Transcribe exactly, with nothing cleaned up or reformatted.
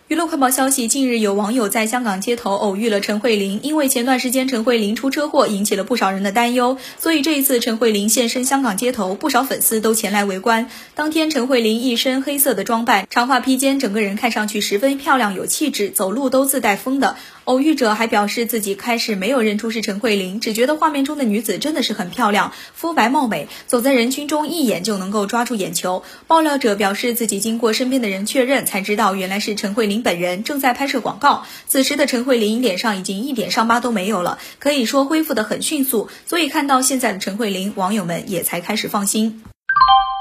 娱乐快报消息，近日有网友在香港街头偶遇了陈慧琳，因为前段时间陈慧琳出车祸，引起了不少人的担忧，所以这一次陈慧琳现身香港街头，不少粉丝都前来围观。当天陈慧琳一身黑色的装扮，长发披肩，整个人看上去十分漂亮有气质，走路都自带风的。偶遇者还表示自己开始没有认出是陈慧琳，只觉得画面中的女子真的是很漂亮，肤白貌美，走在人群中一眼就能够抓住眼球。爆料者表示自己经过身边的人确认才知道原来是陈慧琳本人，正在拍摄广告。此时的陈慧琳脸上已经一点伤疤都没有了，可以说恢复得很迅速，所以看到现在的陈慧琳，网友们也才开始放心。